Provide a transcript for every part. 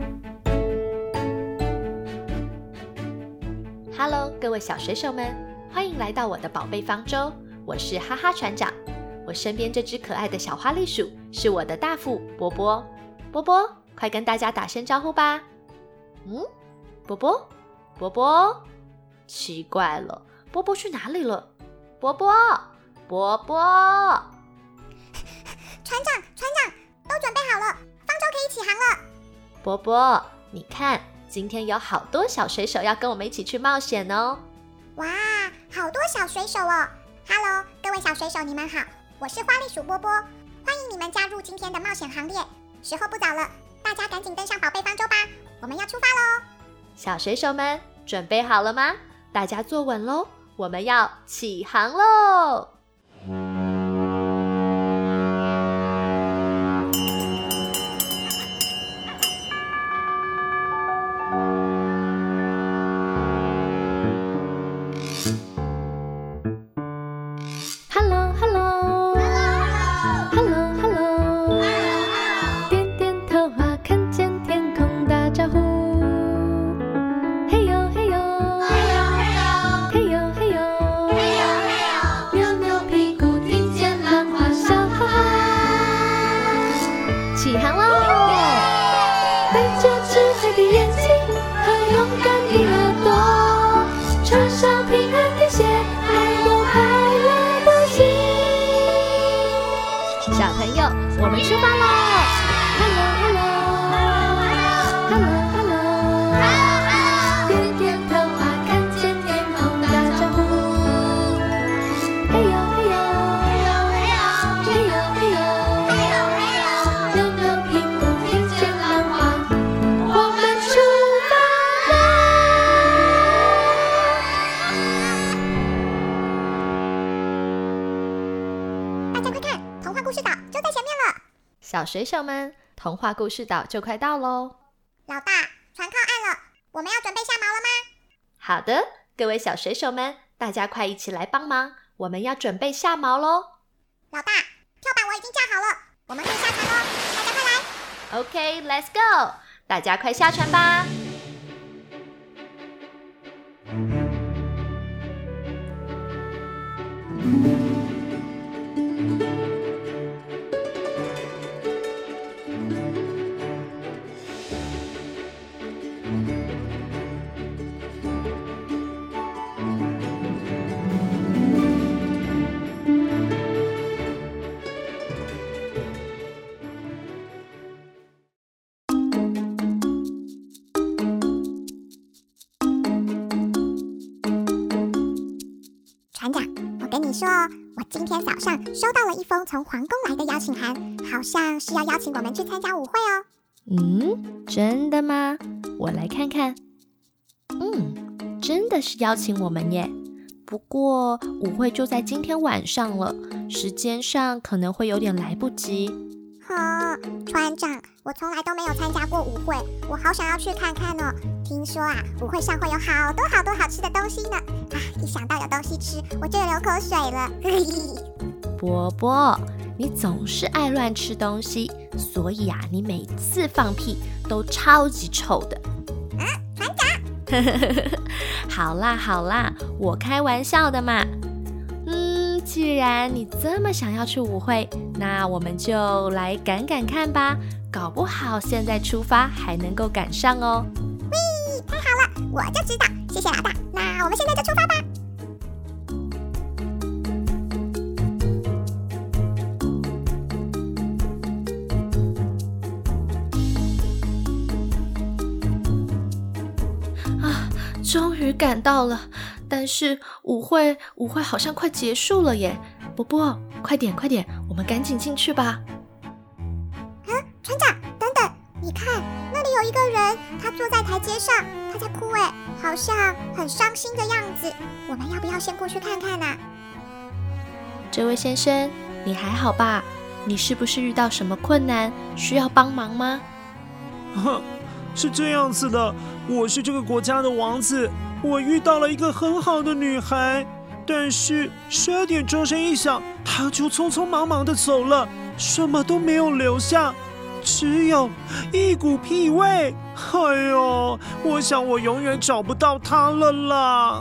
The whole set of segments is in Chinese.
Hello， 各位小水手们，欢迎来到我的宝贝方舟，我是哈哈船长。我身边这只可爱的小花栗鼠是我的大副波波。波波，快跟大家打声招呼吧。波波，波波，奇怪了，波波去哪里了？波波，波波， 船长，都准备好了，方舟可以起航了。 波波，你看，今天有好多小水手要跟我们一起去冒险哦。 哇，好多小水手哦。Hello， 各位小水手，你们好，我是花栗鼠波波，欢迎你们加入今天的冒险行列。时候不早了，大家赶紧登上宝贝方舟吧，我们要出发咯。 小水手们准备好了吗？大家坐稳咯，我们要起航咯。起航喽！ 带着智慧的眼睛和勇敢的耳朵，穿上平安的鞋，还有快乐的心。 小朋友，我们出发喽 ！Hello， 点点头啊，看见天空打招呼。嘿呦嘿呦，嘿呦嘿呦，嘿呦嘿呦。 小水手们，童话故事岛就快到喽！ 老大，船靠岸了，我们要准备下锚了吗？ 好的，各位小水手们，大家快一起来帮忙，我们要准备下锚喽！ 老大，跳板我已经架好了，我们可以下船喽，大家快来 ！OK，Let's go， 大家快下船吧！ 船长，我跟你说哦，我今天早上收到了一封从皇宫来的邀请函，好像是要邀请我们去参加舞会哦。 真的吗？我来看看。真的是邀请我们耶。不过舞会就在今天晚上了，时间上可能会有点来不及。 船长，我从来都没有参加过舞会，我好想要去看看哦。听说啊，舞会上会有好多好多好吃的东西呢。一想到有东西吃，我就流口水了。 波波，你总是爱乱吃东西，所以啊，你每次放屁都超级臭的。 船长。 好啦，我开玩笑的嘛。既然你这么想要去舞会，那我们就来赶赶看吧，搞不好现在出发还能够赶上哦。 喂，太好了，我就知道，谢谢老大，那我们现在就出发吧。 终于赶到了，但是舞会好像快结束了耶。波波，快点，我们赶紧进去吧。 船长，等等，你看那里有一个人，他坐在台阶上，他在哭耶，好像很伤心的样子。我们要不要先过去看看啊？ 这位先生，你还好吧？你是不是遇到什么困难，需要帮忙吗？ 是这样子的，我是这个国家的王子，我遇到了一个很好的女孩，但是12点钟声一响，她就匆匆忙忙的走了，什么都没有留下，只有一股屁味。 哎呦，我想我永远找不到他了啦！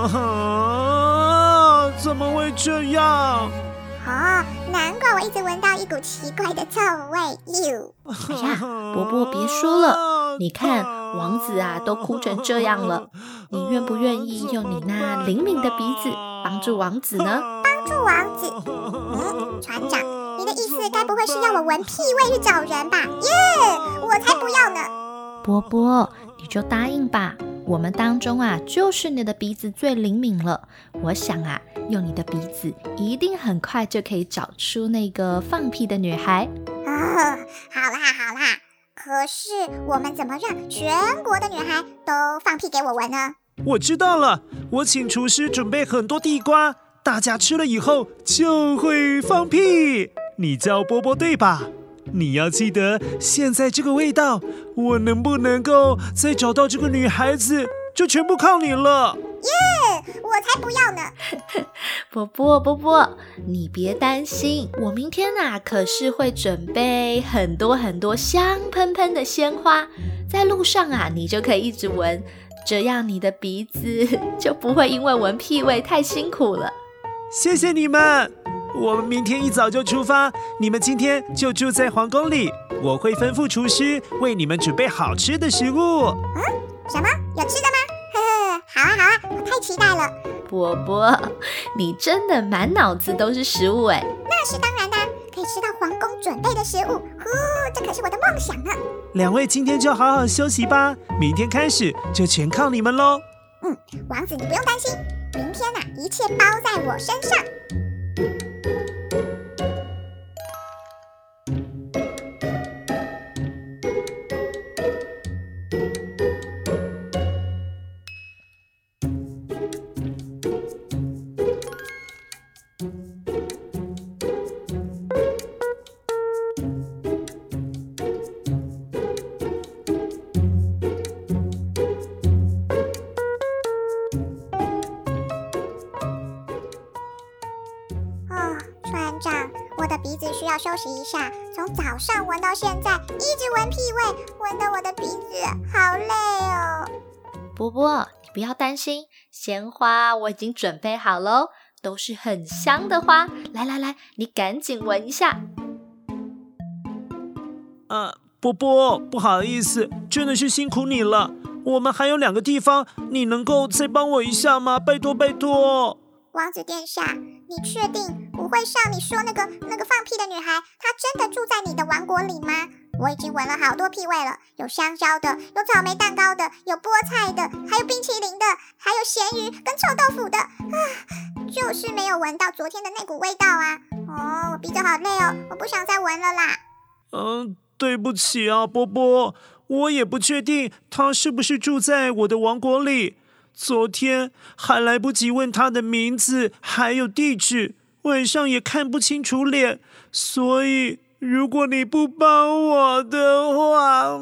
怎么会这样？ 哦，难怪我一直闻到一股奇怪的臭味。哟！ 哎呀，伯伯别说了，你看王子啊都哭成这样了，你愿不愿意用你那灵敏的鼻子帮助王子呢？ 帮助王子？船长，你的意思该不会是要我闻屁味去找人吧？耶，我才不要呢！ 伯伯，你就答应吧。我们当中啊，就是你的鼻子最灵敏了。我想啊，用你的鼻子一定很快就可以找出那个放屁的女孩。 好啦，可是我们怎么让全国的女孩都放屁给我闻呢？ 我知道了，我请厨师准备很多地瓜，大家吃了以后就会放屁。你叫波波对吧？你要记得，现在这个味道，我能不能够再找到这个女孩子，就全部靠你了。 耶，我才不要呢！ 波波，你别担心，我明天啊可是会准备很多很多香喷喷的鲜花，在路上啊你就可以一直闻，这样你的鼻子就不会因为闻屁味太辛苦了。 谢谢你们。我们明天一早就出发，你们今天就住在皇宫里，我会吩咐厨师为你们准备好吃的食物。 什么？有吃的吗？好啊，我太期待了。 波波，你真的满脑子都是食物哎。 那是当然的，可以吃到皇宫准备的食物，这可是我的梦想呢。 两位今天就好好休息吧，明天开始就全靠你们咯。 王子你不用担心，明天啊一切包在我身上。船长，我的鼻子需要休息一下，从早上闻到现在，一直闻屁味，闻得我的鼻子好累哦。 波波，你不要担心，鲜花我已经准备好咯，都是很香的花。来，你赶紧闻一下。 波波，不好意思，真的是辛苦你了。我们还有2个地方，你能够再帮我一下吗？拜托。 王子殿下，你确定不会像你说那个放屁的女孩，她真的住在你的王国里吗？我已经闻了好多屁味了，有香蕉的，有草莓蛋糕的，有菠菜的，还有冰淇淋的，还有咸鱼跟臭豆腐的，就是没有闻到昨天的那股味道啊！我鼻子好累哦，我不想再闻了啦。 对不起啊，波波，我也不确定他是不是住在我的王国里。昨天还来不及问他的名字还有地址，晚上也看不清楚脸，所以如果你不帮我的话，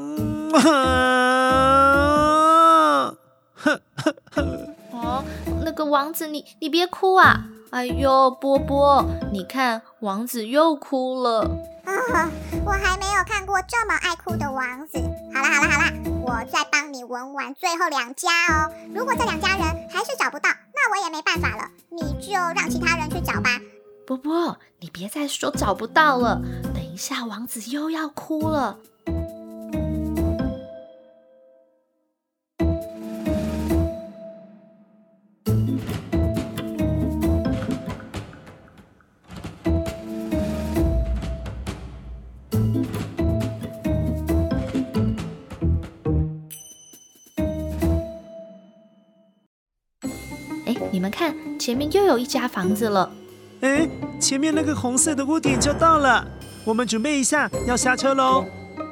那个王子，你别哭啊！哎呦，波波，你看王子又哭了。 我还没有看过这么爱哭的王子。好啦，我再帮你闻完最后2家哦。如果这2家人还是找不到，那我也没办法了，你就让其他人去找吧。 波波，你别再说找不到了，等一下王子又要哭了。你们看，前面又有一家房子了。 前面那个红色的屋顶就到了，我们准备一下，要下车咯。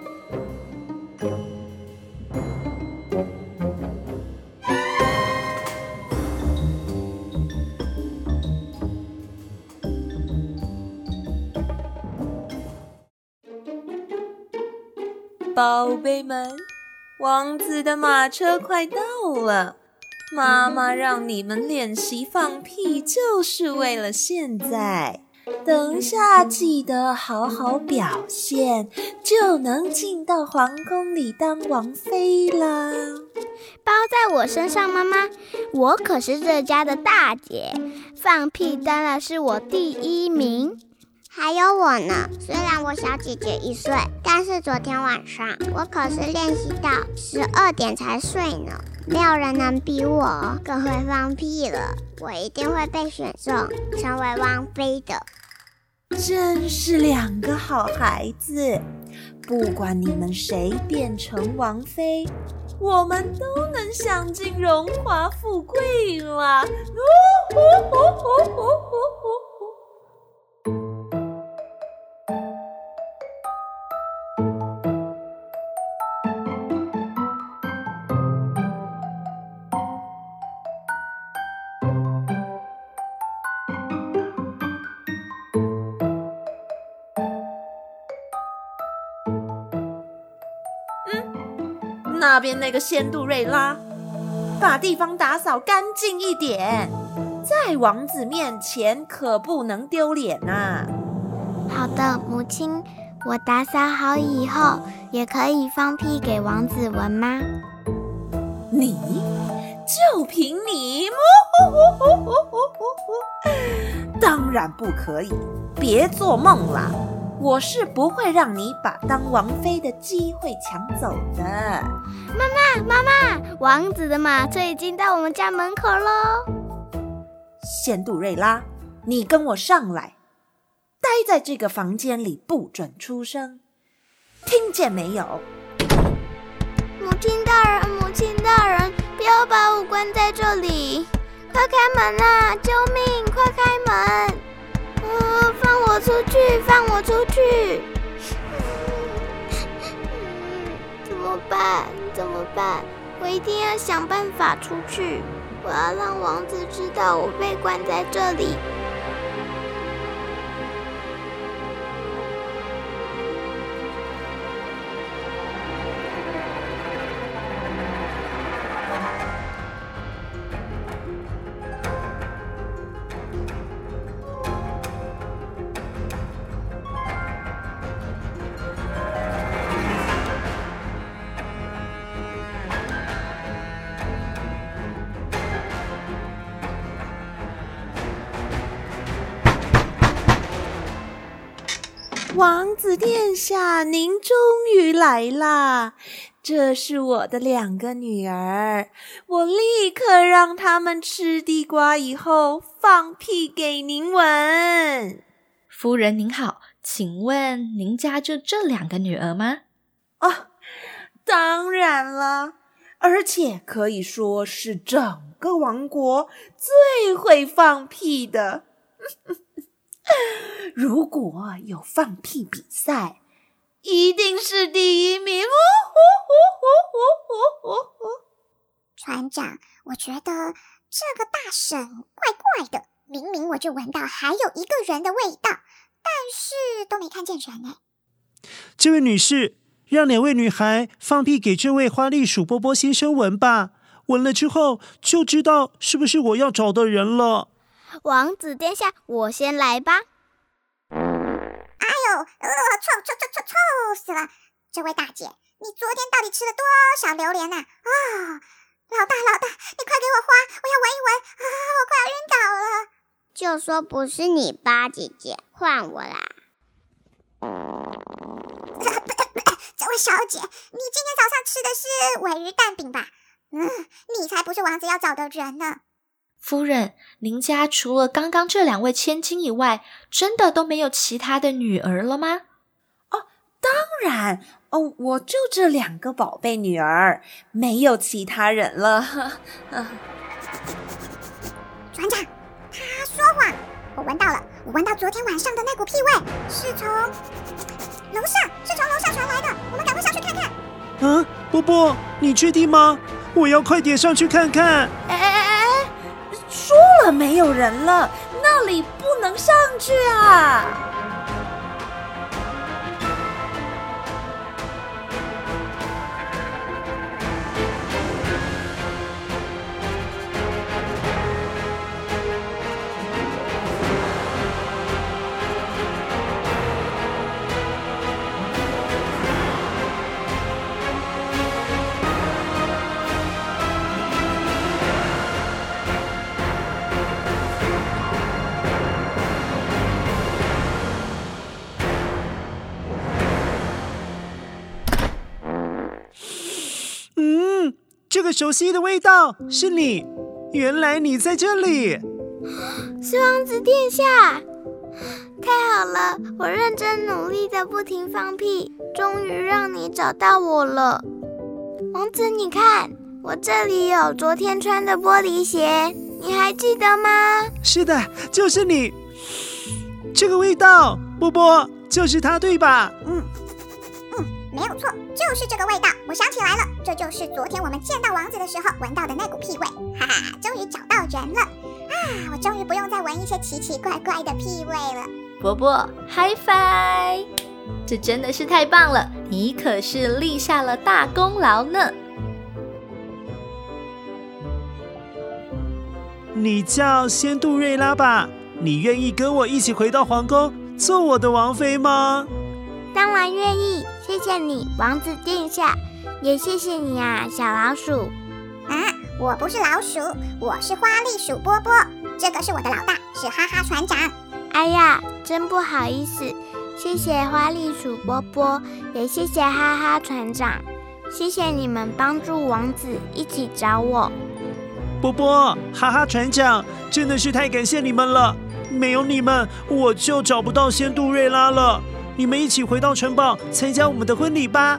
宝贝们，王子的马车快到了。妈妈让你们练习放屁，就是为了现在。 等下记得好好表现，就能进到皇宫里当王妃啦。 包在我身上，妈妈，我可是这家的大姐，放屁当然是我第一名。 还有我呢，虽然我小姐姐1岁，但是昨天晚上我可是练习到12点才睡呢。没有人能比我更会放屁了，我一定会被选中成为王妃的。 真是2个好孩子，不管你们谁变成王妃，我们都能享尽荣华富贵啦！那边那个仙杜瑞拉，把地方打扫干净一点，在王子面前可不能丢脸啊。 好的，母亲，我打扫好以后，也可以放屁给王子闻吗？ 你？就凭你？当然不可以，别做梦啦！我是不会让你把当王妃的机会抢走的。 妈妈，王子的马车已经到我们家门口喽。 仙杜瑞拉，你跟我上来，待在这个房间里，不准出声，听见没有？ 母亲大人，不要把我关在这里，快开门啊！救命，快开门！放我出去！怎么办？我一定要想办法出去！我要让王子知道我被关在这里。 王子殿下，您终于来啦！这是我的2个女儿，我立刻让她们吃地瓜以后放屁给您闻。 夫人您好，请问您家就这2个女儿吗？ 哦，当然了，而且可以说是整个王国最会放屁的。如果有放屁比赛，一定是第1名。 船长，我觉得这个大婶怪怪的，明明我就闻到还有一个人的味道，但是都没看见人呢。 这位女士，让2位女孩放屁给这位花栗鼠波波先生闻吧，闻了之后就知道是不是我要找的人了。 王子殿下，我先来吧。 哎呦，臭死了！这位大姐，你昨天到底吃了多少榴莲啊？老大，你快给我花，我要闻一闻啊！我快要晕倒了。就说不是你吧，姐姐，换我啦。这位小姐，你今天早上吃的是鲔鱼蛋饼吧？你才不是王子要找的人呢。 夫人，您家除了刚刚这2位千金以外，真的都没有其他的女儿了吗？ 当然我就这2个宝贝女儿，没有其他人了。 船长，他说谎，我闻到了，我闻到昨天晚上的那股屁味，是从楼上传来的，我们赶快上去看看。 波波，你确定吗？我要快点上去看看。 说了没有人了，那里不能上去啊！ 这个熟悉的味道是你，原来你在这里。 是王子殿下，太好了！我认真努力的不停放屁，终于让你找到我了。王子，你看，我这里有昨天穿的玻璃鞋，你还记得吗？ 是的，就是你。这个味道，波波，就是它对吧？ 没有错，就是这个味道。我想起来了，这就是昨天我们见到王子的时候闻到的那股屁味。哈哈，终于找到人了啊！我终于不用再闻一些奇奇怪怪的屁味了。 波波 ，High Five！ 这真的是太棒了，你可是立下了大功劳呢。 你叫仙杜瑞拉吧？你愿意跟我一起回到皇宫，做我的王妃吗？ 当然愿意，谢谢你，王子殿下，也谢谢你啊，小老鼠。 我不是老鼠，我是花栗鼠波波，这个是我的老大，是哈哈船长。 哎呀，真不好意思，谢谢花栗鼠波波，也谢谢哈哈船长，谢谢你们帮助王子一起找我。 波波，哈哈船长，真的是太感谢你们了，没有你们，我就找不到仙杜瑞拉了。你们一起回到城堡，参加我们的婚礼吧。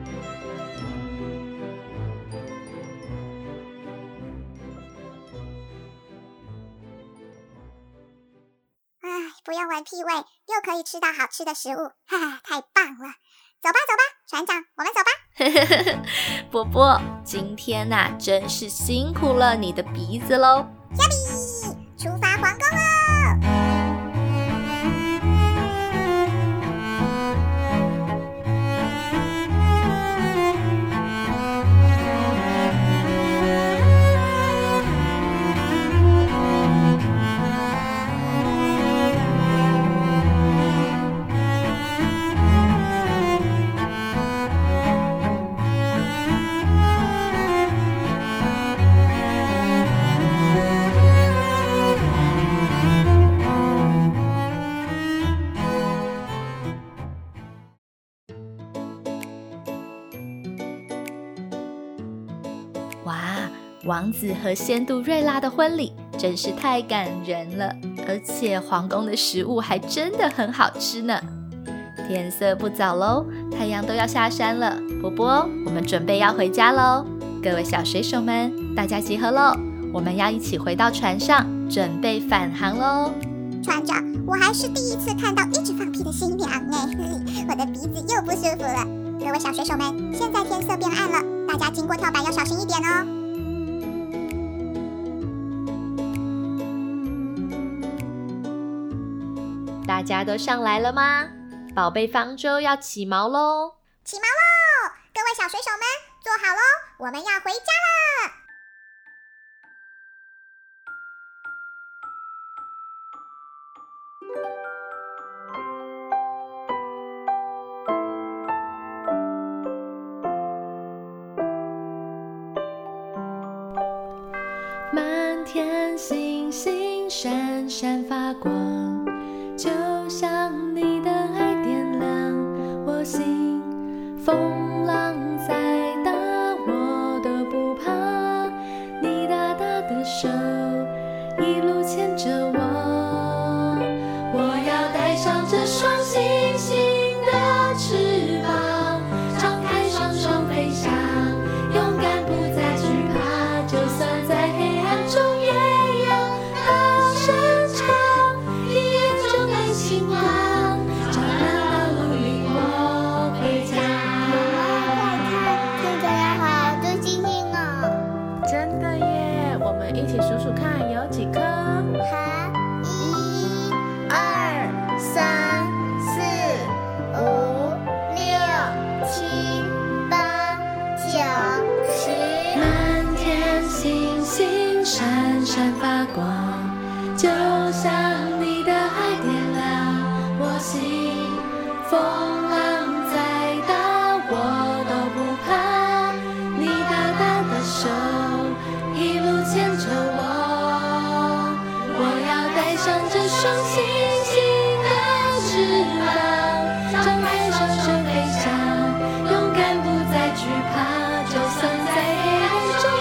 不用闻屁味，又可以吃到好吃的食物，太棒了！走吧，走吧，船长，我们走吧。 波波，今天真是辛苦了你的鼻子喽。 亚比，出发皇宫喽！ 哇，王子和仙杜瑞拉的婚礼真是太感人了，而且皇宫的食物还真的很好吃呢。天色不早喽，太阳都要下山了。波波，我们准备要回家喽。各位小水手们，大家集合喽，我们要一起回到船上，准备返航喽。 船长，我还是第一次看到一直放屁的新娘哎，我的鼻子又不舒服了。各位小水手们，现在天色变暗了，大家经过跳板要小心一点哦。 大家都上来了吗？宝贝方舟要起锚喽！ 起锚喽！各位小水手们，坐好喽，我们要回家了。 满天星星闪闪发光，就像你的爱点亮我心。风浪再大我都不怕，你大大的手一路牵着我。我要带上这双星星的翅膀，张开双手飞翔，勇敢不再惧怕，就算在黑暗中也要大声唱，你眼中的星光照亮道路引我回家。 看，天上有好多星星哦！ 真的耶！我们一起数数看有几颗。 好，1、2、3、4、5、6、7、8、9、10。 满天星星闪闪发光，就像你的爱点亮我心。风浪再大我都不怕，你大大的手一路牵着我。我要带上这双星星的翅膀，张开双手飞翔，勇敢不再惧怕，就算在黑暗中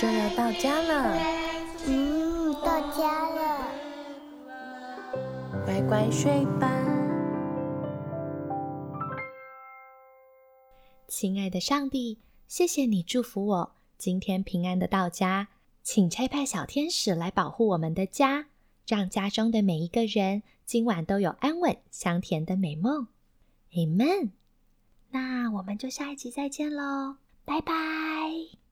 就要到家了。 到家了。 乖乖睡吧。 亲爱的上帝，谢谢你祝福我今天平安的到家，请差派小天使来保护我们的家，让家中的每一个人今晚都有安稳香甜的美梦。Amen。那我们就下一集再见咯，拜拜。